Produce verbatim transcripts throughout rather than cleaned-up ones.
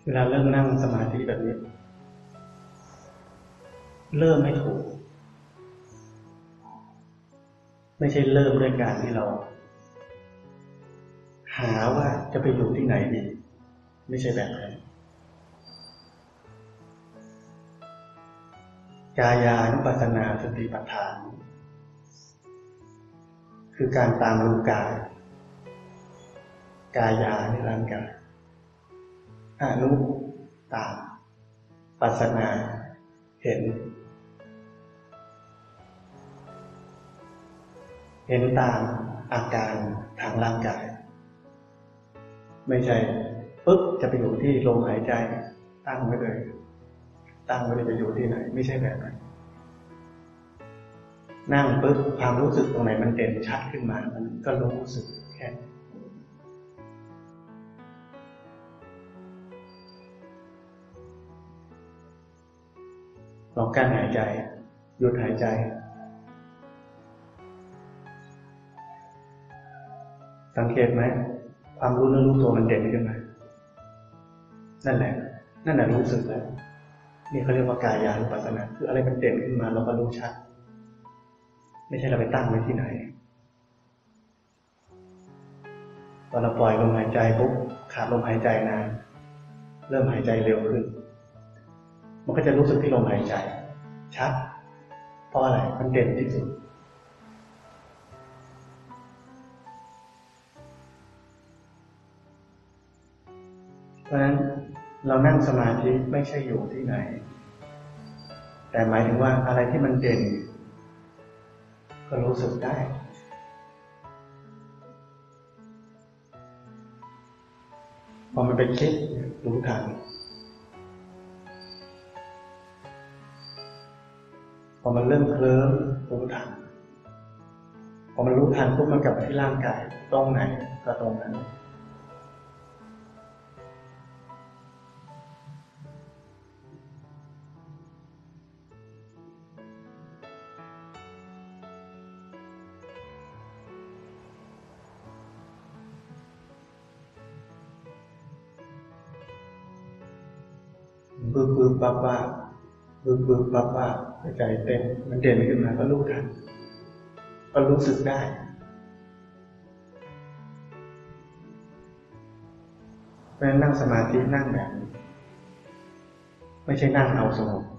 เวลาเริ่มนั่งสมาธิแบบนี้เริ่มให้ถูกไม่ใช่เริ่มด้วยการที่เราหาว่าจะไปอยู่ที่ไหนดีไม่ใช่แบบนั้นกายานุปัสสนาสติปัฏฐานคือการตามรู้กายกายาในร่างกายอนุตามปัสสนาเห็นเห็นตามอาการทางร่างกายไม่ใช่ปึ๊บจะไปอยู่ที่ลมหายใจตั้งไว้เลยตั้งไว้เลยจะอยู่ที่ไหนไม่ใช่แบบนั้นนั่งปึ๊บความรู้สึกตรงไหนมันเด่นชัดขึ้นมามันก็รู้สึกแค่ลองกั้นหายใจหยุดหายใจสังเกตไหมความรู้เนื้อรู้ตัวมันเด่นขึ้นมานั่นแหละนั่นแหละรู้สึกแล้วนี่เขาเรียกว่ากายานุปัสสนาคืออะไรมันเด่นขึ้นมาเราก็รู้ชัดไม่ใช่เราไปตั้งไว้ที่ไหนตอนเราปล่อยลมหายใจปุ๊บขาดลมหายใจนานเริ่มหายใจเร็วขึ้นมันก็จะรู้สึกที่ลมหายใจชัดเพราะอะไรมันเด่นที่สุดเพราะฉะนั้นเรานั่งสมาธิไม่ใช่อยู่ที่ไหนแต่หมายถึงว่าอะไรที่มันเด่นก็รู้สึกได้พอมันไปคิดรู้ทันพอมันเริ่มเคลิ้มรู้ทันพอมันรู้ทันปุ๊บมันกลับไปที่ร่างกายตรงไหนก็ตรงนั้นบึ้บบึ้บปั๊บปั๊บบึ้บบึ้บปั๊บปั๊บใจเต้นมันเด่นขึ้นมาก็รู้ทันก็รู้สึกได้เพราะฉะนั้นนั่งสมาธินั่งแบบนี้ไม่ใช่นั่งเอาสงบ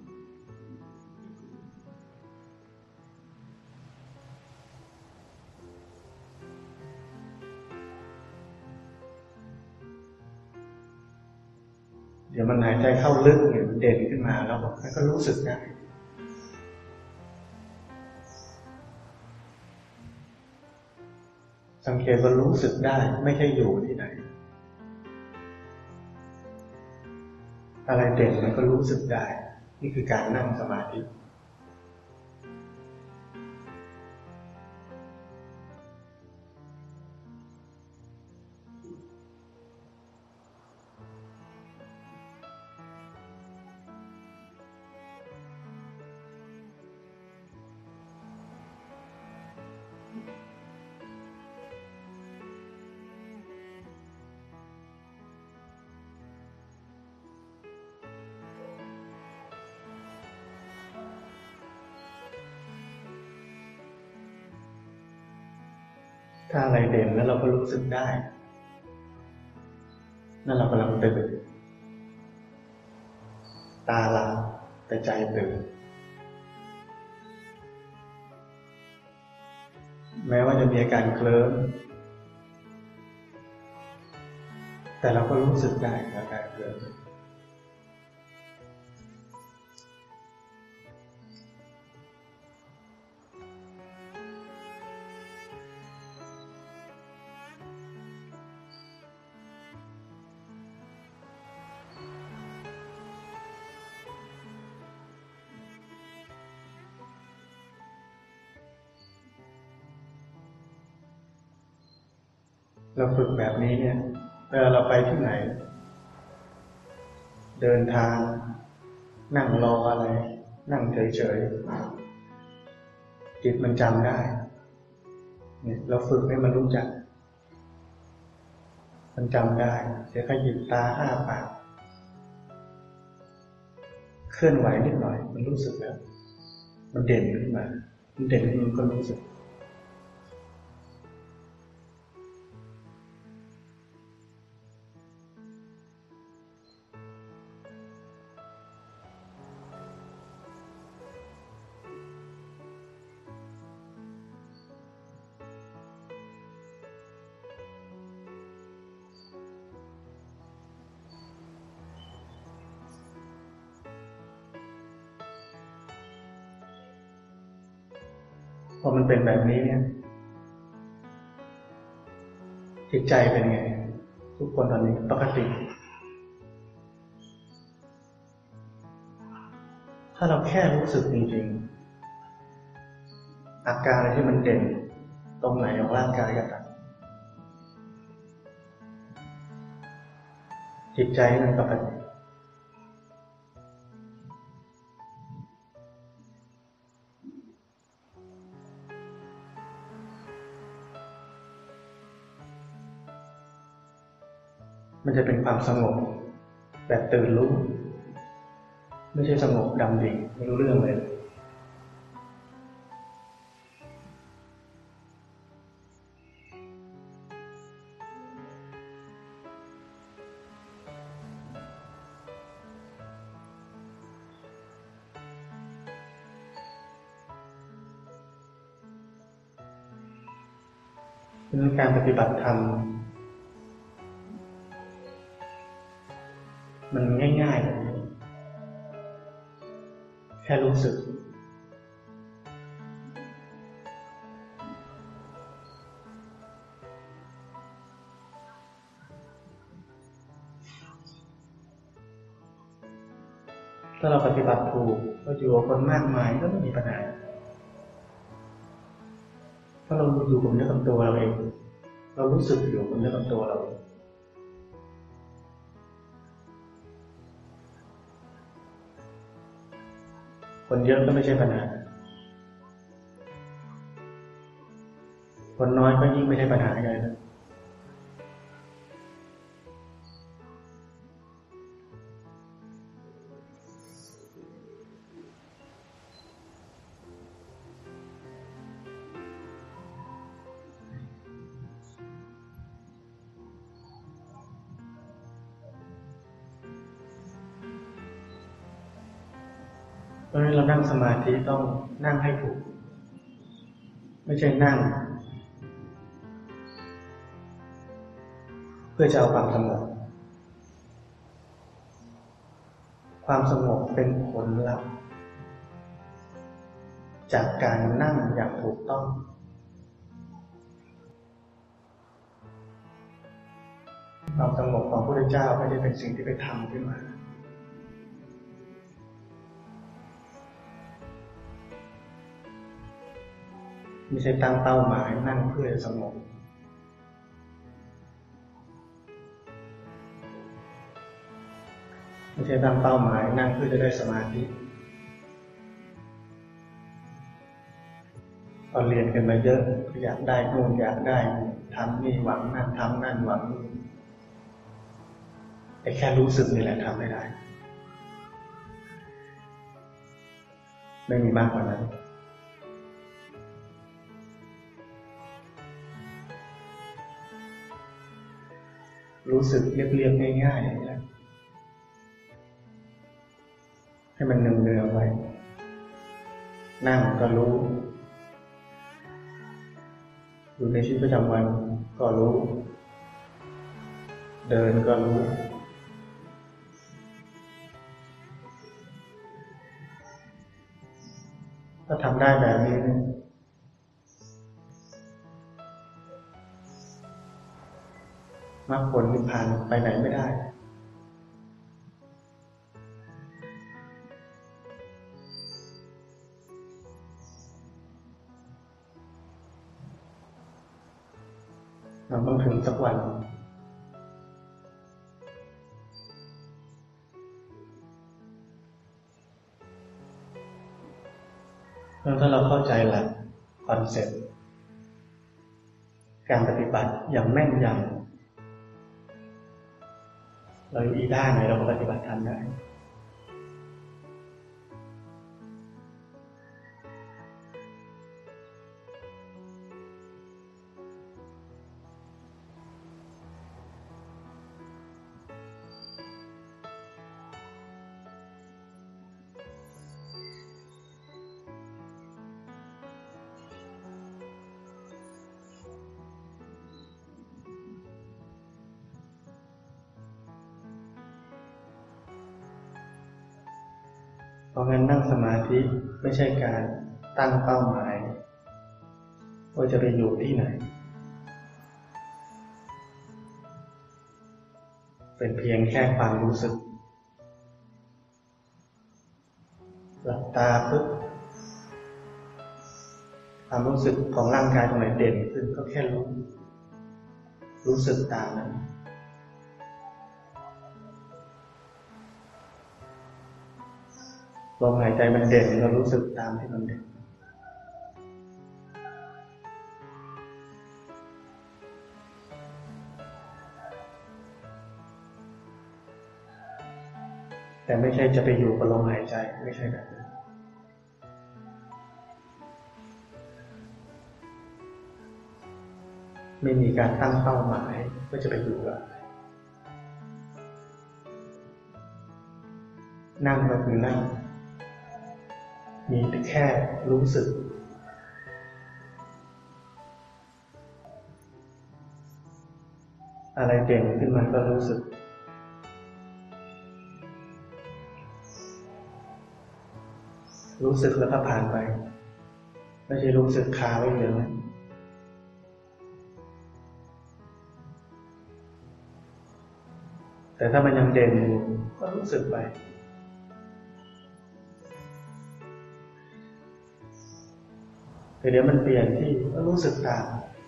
เดี๋ยวมันหายใจเข้าลึกเนี่ยเด่นขึ้นมาแล้วมันก็รู้สึกได้สังเกตว่ารู้สึกได้ไม่ใช่อยู่ที่ไหนอะไรเด่นมันก็รู้สึกได้นี่คือการนั่งสมาธิถ้าอะไรเด่นแล้วเราก็รู้สึกได้นั่นเรากำลังตื่นตาหลับแต่ใจตื่นแม้ว่าจะมีอาการเคลิ้มแต่เราก็รู้สึกได้อาการเคลิ้มเราฝึกแบบนี้เนี่ยเวลาเราไปที่ไหนเดินทางนั่งรออะไรนั่งเฉยๆจิตมันจำได้เนี่ยเราฝึกให้มันรู้จักมันจำได้เสียขยิบตาอ้าปากเคลื่อนไหวนิดหน่อยมันรู้สึกแล้วมันเด่นขึ้นมามันเด่นขึ้นมันก็รู้สึกพอมันเป็นแบบนี้เนี่ยจิตใจเป็นไงทุกคนตอนนี้ปกติถ้าเราแค่รู้สึกจริงๆอาการอะไรที่มันเด่นตรงไหนของร่างกายก็ตามจิตใจมันปกติมันจะเป็นความสงบแบบตื่นรู้ไม่ใช่สงบดำดิ่งไม่รู้เรื่องเลยเพราะฉะนั้นการปฏิบัติธรรมมันง่ายๆแบบนี้แค่รู้สึกถ้าเราปฏิบัติถูกเราอยู่กับคนมากมายก็ไม่มีปัญหาถ้าเราอยู่กับเนื้อกับตัวเราเองเรารู้สึกอยู่กับเนื้อกับตัวเราคนเยอะก็ไม่ใช่ปัญหาคนน้อยก็ยิ่งไม่ใช่ปัญหาใหญ่เลยเพราะฉะนั้นเรานั่งสมาธิต้องนั่งให้ถูกไม่ใช่นั่งเพื่อจะเอาความสงบความสงบเป็นผลลัพธ์จากการนั่งอย่างถูกต้องความสงบของพระพุทธเจ้าไม่ได้เป็นสิ่งที่ไปทำขึ้นมาไม่ใช่ตั้งเป้าหมายนั่งเพื่อสงบไม่ใช่ตั้งเป้าหมายนั่งเพื่อจะได้สมาธิตอนเรียนกันมาเยอะอยากได้โน่นอยากได้ทำนี่หวังนั่นทำนั่นหวังนี่แต่แค่รู้สึกนี่แหละทำไม่ได้ไม่มีมากกว่านั้นรู้สึกเรียบๆง่ายๆอย่างนี้ให้มันเนืองๆไว้นั่งก็รู้อยู่ในชีวิตประจำวันก็รู้เดินก็รู้ถ้าทำได้แบบนี้มรรคผลนิพพานไปไหนไม่ได้เราต้องถึงสักวันแล้วถ้าเราเข้าใจหลักคอนเซ็ปต์การปฏิบัติอย่างแม่นยำเราอยู่อีด้านไหนเราก็ปฏิบัติทำได้ราะงั้นนั่งสมาธิไม่ใช่การตั้งเป้าหมายว่าจะไปอยู่ที่ไหนเป็นเพียงแค่ความรู้สึกหลับตาปึ๊บความรู้สึกของร่างกายตรงไหนเด่นขึ้นก็แค่รู้รู้สึกตามนั้นลมหายใจมันเด่นเรารู้สึกตามที่มันเด่นแต่ไม่ใช่จะไปอยู่กับลมหายใจไม่ใช่แบบนั้นไม่มีการตั้งเป้าหมายว่าจะไปอยู่กับนั่งก็คือนั่งมีแต่แค่รู้สึกอะไรเด่นขึ้นมาก็รู้สึกรู้สึกแล้วก็ผ่านไปไม่ใช่รู้สึกคาไว้เลยแต่ถ้ามันยังเด่นอยู่ก็รู้สึกไปแต่เดี๋ยวมันเปลี่ยนที่ก็รู้สึกตาม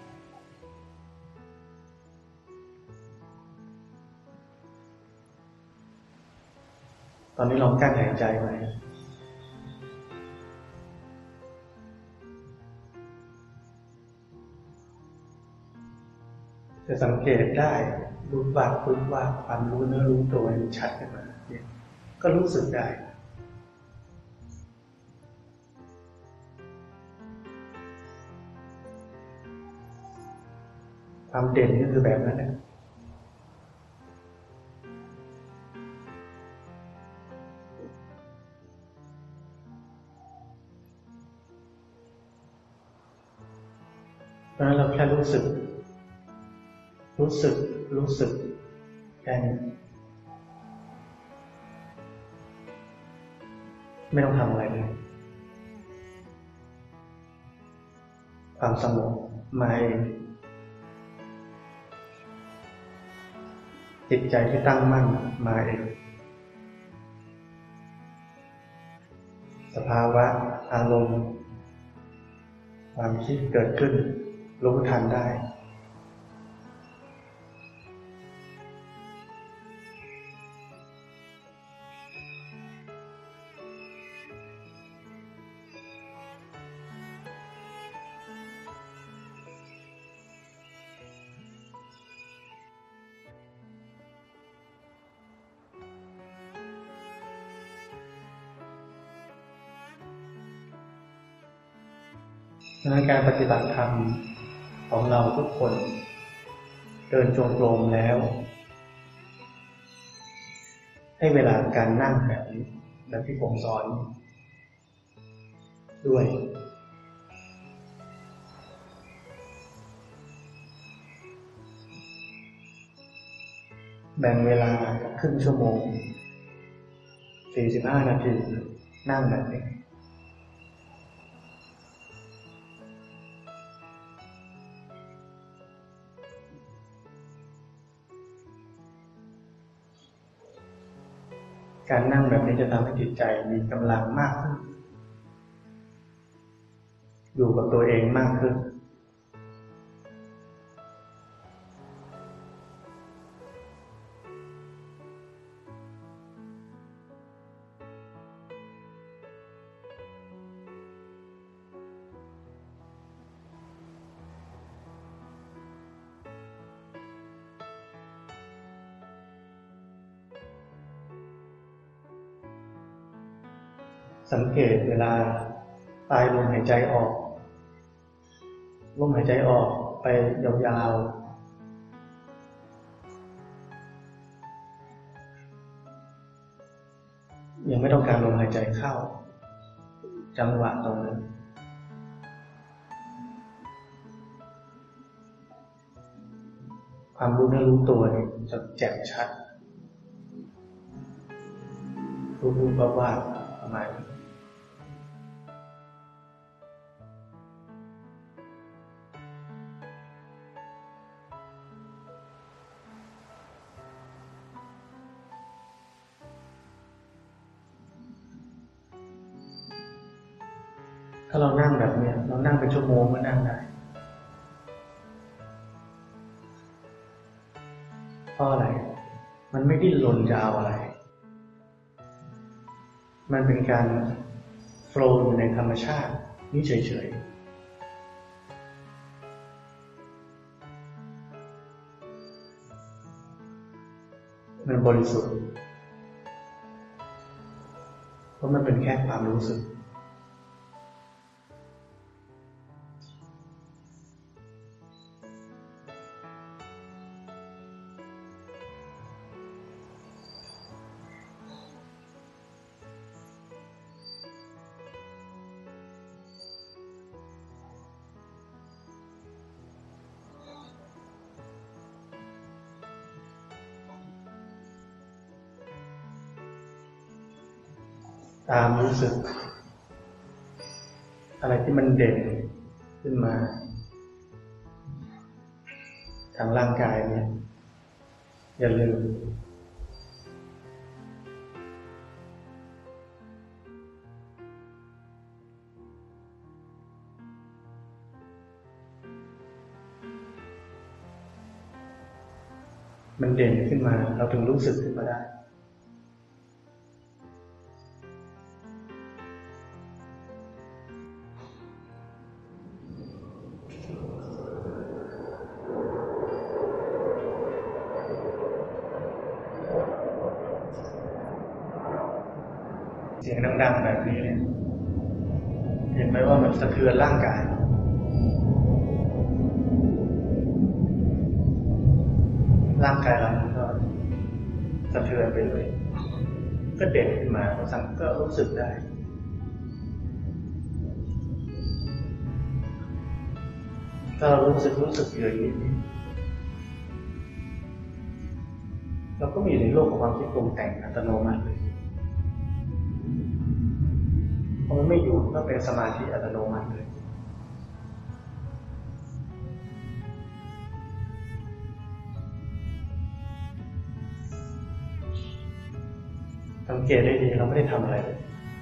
ตอนนี้ลองกั้นหายใจไว้จะสังเกตได้รู้ว่ารู้ว่าความรู้เนื้อรู้ตัวมันชัดขึ้นมาเนี่ยก็รู้สึกได้ความเด่นก็คือแบบนั้นแหละเพราะฉะนั้นเราแค่รู้สึกรู้สึกรู้สึกแค่นี้ไม่ต้องทำอะไรเลยความสงบมาเองจิตใจที่ตั้งมั่นมาเองสภาวะอารมณ์ความคิดเกิดขึ้นรู้ทันได้ในการปฏิบัติธรรมของเราทุกคนเดินจงกรมแล้วให้เวลาการนั่งแบบนี้แบบที่ผมสอนด้วยแบ่งเวลาครึ่งชั่วโมงสี่สิบห้านาทีนั่งแบบนี้การนั่งแบบนี้จะทำให้จิตใจมีกำลังมากขึ้นอยู่กับตัวเองมากขึ้นสังเกตเวลาปลายลมหายใจออกลมหายใจออกไปยาวๆยังไม่ต้องการลมหายใจเข้าจังหวะตรงนั้นความรู้เนื้อรู้ตัวเนี่ยจะแจ่มชัดรู้รู้ว่าว่าความมาณนี้ถ้าเรานั่งแบบนี้เรานั่งเป็นชั่วโมงก็นั่งได้เพราะอะไรมันไม่ดิ้นรนจะเอาอะไรมันเป็นการโฟลว์อยู่ในธรรมชาตินี่เฉยๆมันบริสุทธิ์เพราะมันเป็นแค่ความรู้สึกตามรู้สึกอะไรที่มันเด่นขึ้นมาทางร่างกายเนี่ยอย่าลืมมันเด่นขึ้นมาเราถึงรู้สึกขึ้นมาได้เสียงดังๆแบบนี้เนี่ยเห็นไหมว่ามันสะเทือนร่างกายร่างกายเราก็สะเทือนไปเลยก็เด่นขึ้นมาสังก็รู้สึกได้ถ้าเรารู้สึกรู้สึกอย่างนี้เราก็มีในโลกของความคิดปรุงแต่งอัตโนมัติเลยพอมันไม่อยู่ก็เป็นสมาธิอัตโนมัติเลยสังเกตได้ดีเราไม่ได้ทำอะไรเลย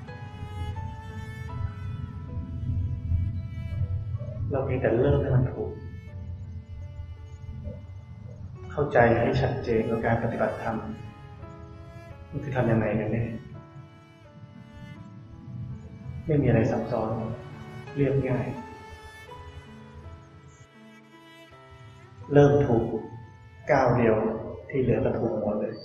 เราเพียงแต่เริ่มให้มันถูกเข้าใจให้ชัดเจนกับการปฏิบัติธรรมมันคือทำยังไงกันเนี่ยไม่มีอะไรซับซ้อนเรียบง่ายเริ่มถูกก้าวเดียวที่เหลือก็ถูกหมดเลย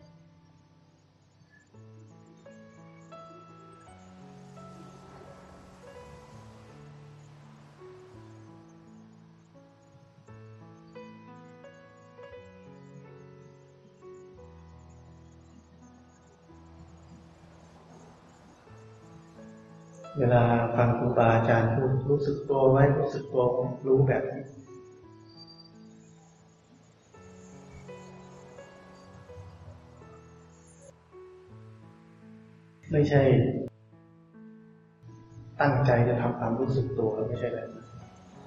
เวลาฟังครูบาอาจารย์พูดรู้สึกตัวไว้รู้สึกตัวรู้แบบนี้ไม่ใช่ตั้งใจจะทำความรู้สึกตัวแล้วไม่ใช่แบบนั้น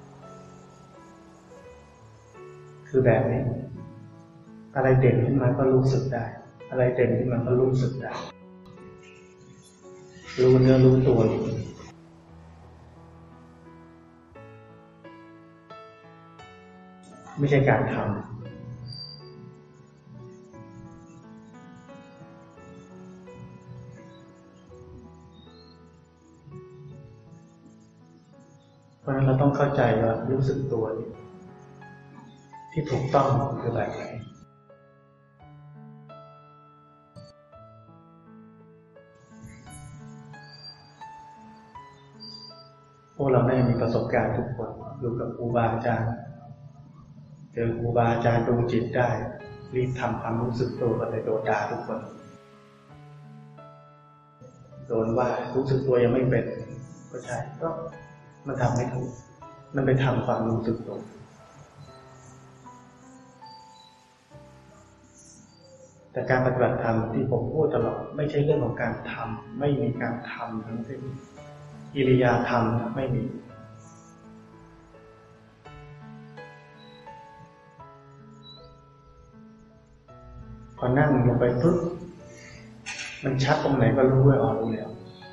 คือแบบนี้อะไรเด่นขึ้นมาก็รู้สึกได้อะไรเด่นขึ้นมาก็รู้สึกได้รู้เนื้อรู้ตัวไม่ใช่การทำเพราะฉะนั้นเราต้องเข้าใจว่ารู้สึกตัวที่ถูกต้องคือแบบไหนพวกเราได้มีประสบการณ์ทุกคนอยู่กับครูบาอาจารย์เจอครูบาอาจารย์ดูจิตได้รีบทำความรู้สึกตัวกันเลยโดนด่าทุกคนโดนว่ารู้สึกตัวยังไม่เป็นก็ใช่ก็มันทำไม่ถูกมันไปทำความรู้สึกตัวแแต่การปฏิบัติธรรมที่ผมพูดตลอดไม่ใช่เรื่องของการทำไม่มีการทำทั้งสิ้นกิริยาธรรมไม่มีพอนั่งลงไปปุ๊บมันชัดตรงไหนก็รู้ด้วยออกรู้แล้ว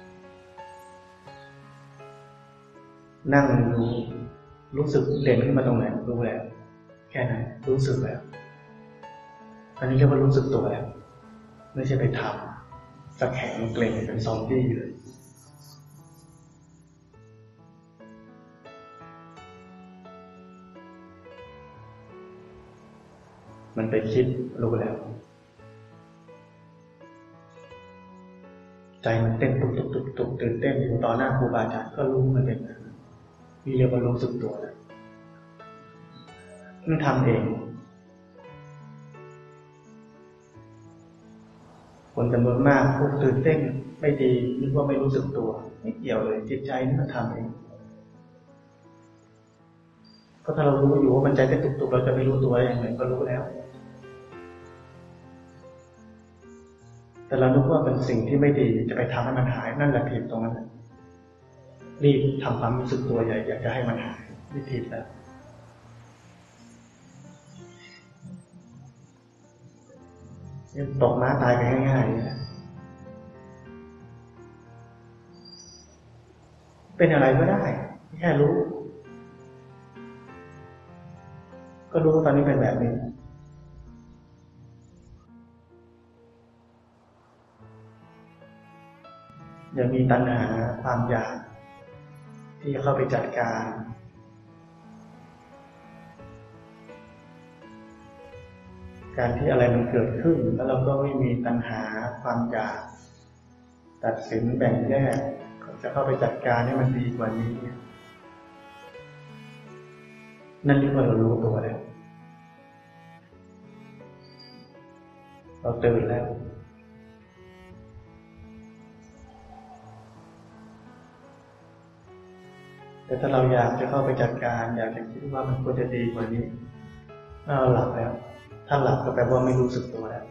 นั่งรู้รู้สึกเด่นขึ้นมาตรงไหนรู้แล้วแค่นั้นรู้สึกแล้วอันนี้เรียกว่ารู้สึกตัวแล้วไม่ใช่ไปทำตะแข็งเกร็งเป็นซอมบี้เลยมันไปคิดรู้แล้วใจมันเต้นตุกตุกตุกตุกตื่นเต้นอยู่ต่อหน้าครูบาอาจารย์ก็รู้มันเป็นแบบนั้นนี่เรียกว่ารู้สึกตัวแล้วมันทำเองคนจำนวนมากพวกตื่นเต้นไม่ดีนึกว่าไม่รู้สึกตัวไม่เกี่ยวเลยจิตใจนี่มันทำเองก็ถ้าเรารู้อยู่ว่ามันใจเต้นตุกๆเราจะไม่รู้ตัวได้ยังไงก็รู้แล้วแต่เราคิดว่าเป็นสิ่งที่ไม่ดีจะไปทำให้มันหายนั่นแหละผิดตรงนั้นรีบทำความรู้สึกตัวใหญ่อยากจะให้มันหายนี่ผิดแล้วยังตกม้าตายไปง่ายๆนี่เป็นอะไรก็ได้แค่รู้ก็รู้ว่าตอนนี้เป็นแบบนี้อย่ามีตัณหาความอยากที่จะเข้าไปจัดการการที่อะไรมันเกิดขึ้นแล้วเราก็ไม่มีตัณหาความอยากตัดสินแบ่งแยกจะเข้าไปจัดการให้มันดีกว่านี้นั่นเรียกว่าเรารู้ตัวแล้วเราตื่นแล้วแต่ถ้าเราอยากจะเข้าไปจัดการอยากจะคิดว่ามันควรจะดีกว่านี้เราหลับแล้วถ้าหลับก็แปลว่าไม่รู้สึกตัวแล้ว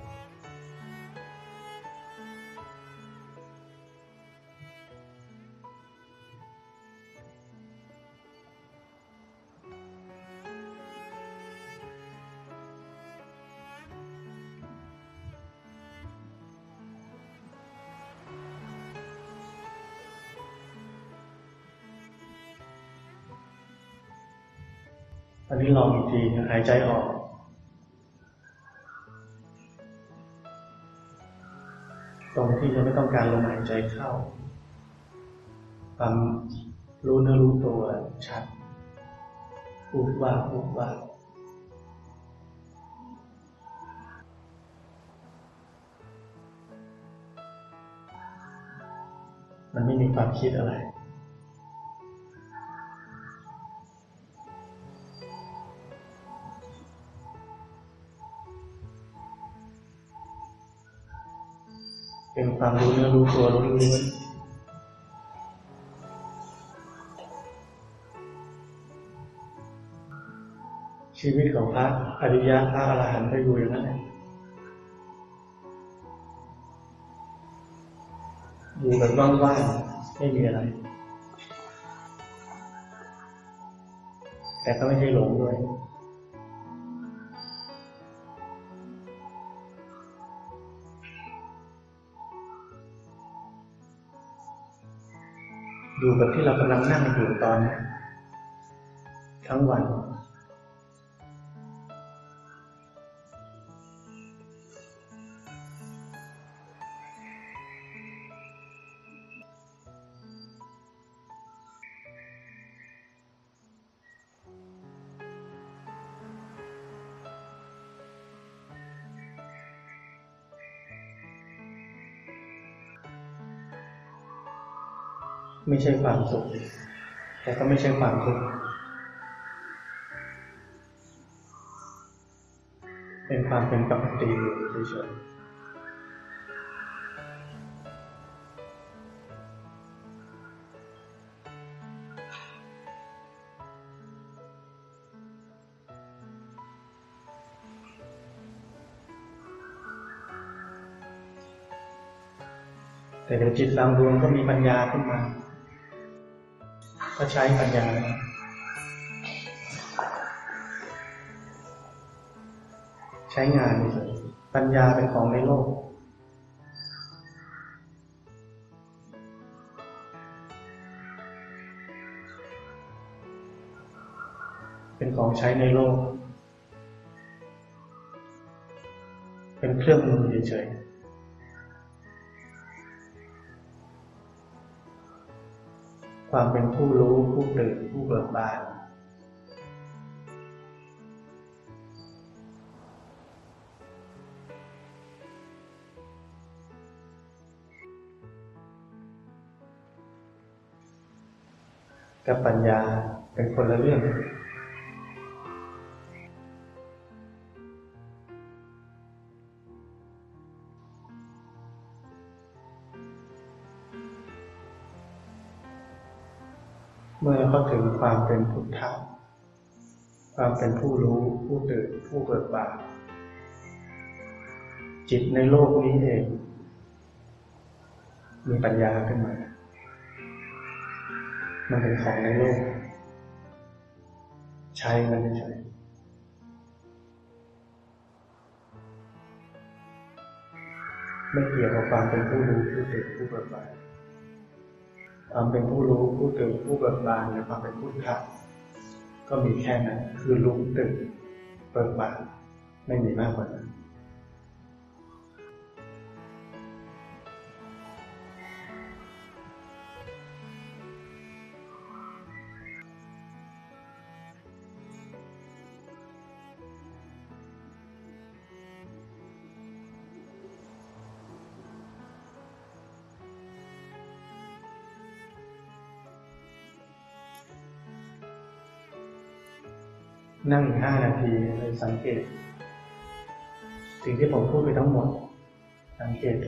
ตอนนี้ลองอีกทีหายใจออกตรงที่เราไม่ต้องการลมหายใจเข้าความรู้เนื้อรู้ตัวชัดพูดว่าพูดว่ามันไม่มีความคิดอะไรเป็นความรู้เนื้อรู้ตัวล้วนๆชีวิตของพระอริยะพระอรหันต์ก็อยู่อย่างนั้นแหละอยู่แบบว่างๆไม่มีอะไรแต่ก็ไม่ใช่หลงด้วยอยู่แบบที่เรากำลังนั่งอยู่ตอนนี้ทั้งวันไม่ใช่ความสุขแต่ก็ไม่ใช่ความทุกข์เป็นความเป็นปกติเฉยแต่เดี๋ยวจิตบางดวงก็มีปัญญาขึ้นมาก็ใช้ปัญญาใช้งานเฉยปัญญาเป็นของในโลกเป็นของใช้ในโลกเป็นเครื่องมือเฉยๆความเป็นผู้รู้ผู้ตื่นผู้เบิกบานกับปัญญาเป็นคนละเรื่องเมื่อเข้าถึงความเป็นพุทธะความเป็นผู้รู้ผู้ตื่นผู้เบิกบานจิตในโลกนี้เองมีปัญญาขึ้นมามันเป็นของในโลกใช้มันเฉยไม่เกี่ยวกับความเป็นผู้รู้ผู้ตื่นผู้เบิกบานความเป็นผู้รู้ผู้ตื่นผู้เบิกบานและความเป็นพุทธะก็มีแค่นั้นคือรู้ตื่นเบิกบานไม่มีมากกว่านั้นนั่งอีกห้านาทีเลยสังเกตสิ่งที่ผมพูดไปทั้งหมดสังเกต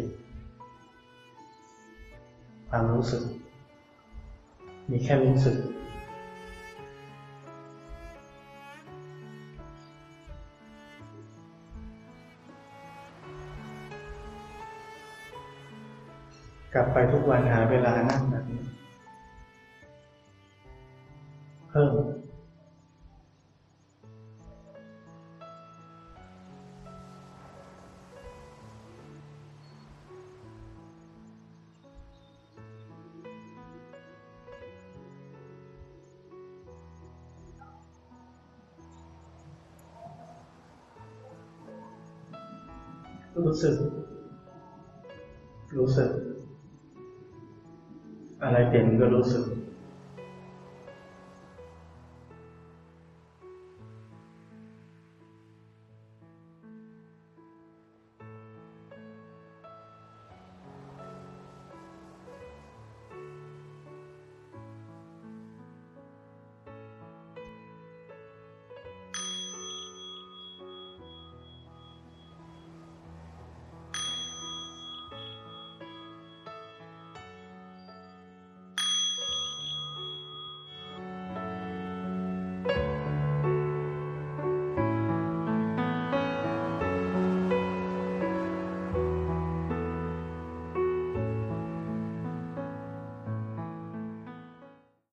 ความรู้สึกมีแค่รู้สึกกลับไปทุกวันหาเวลานั่งแบบนี้เพิ่มรู้สึกรู้สึกอะไรเปลี่ยนก็รู้สึก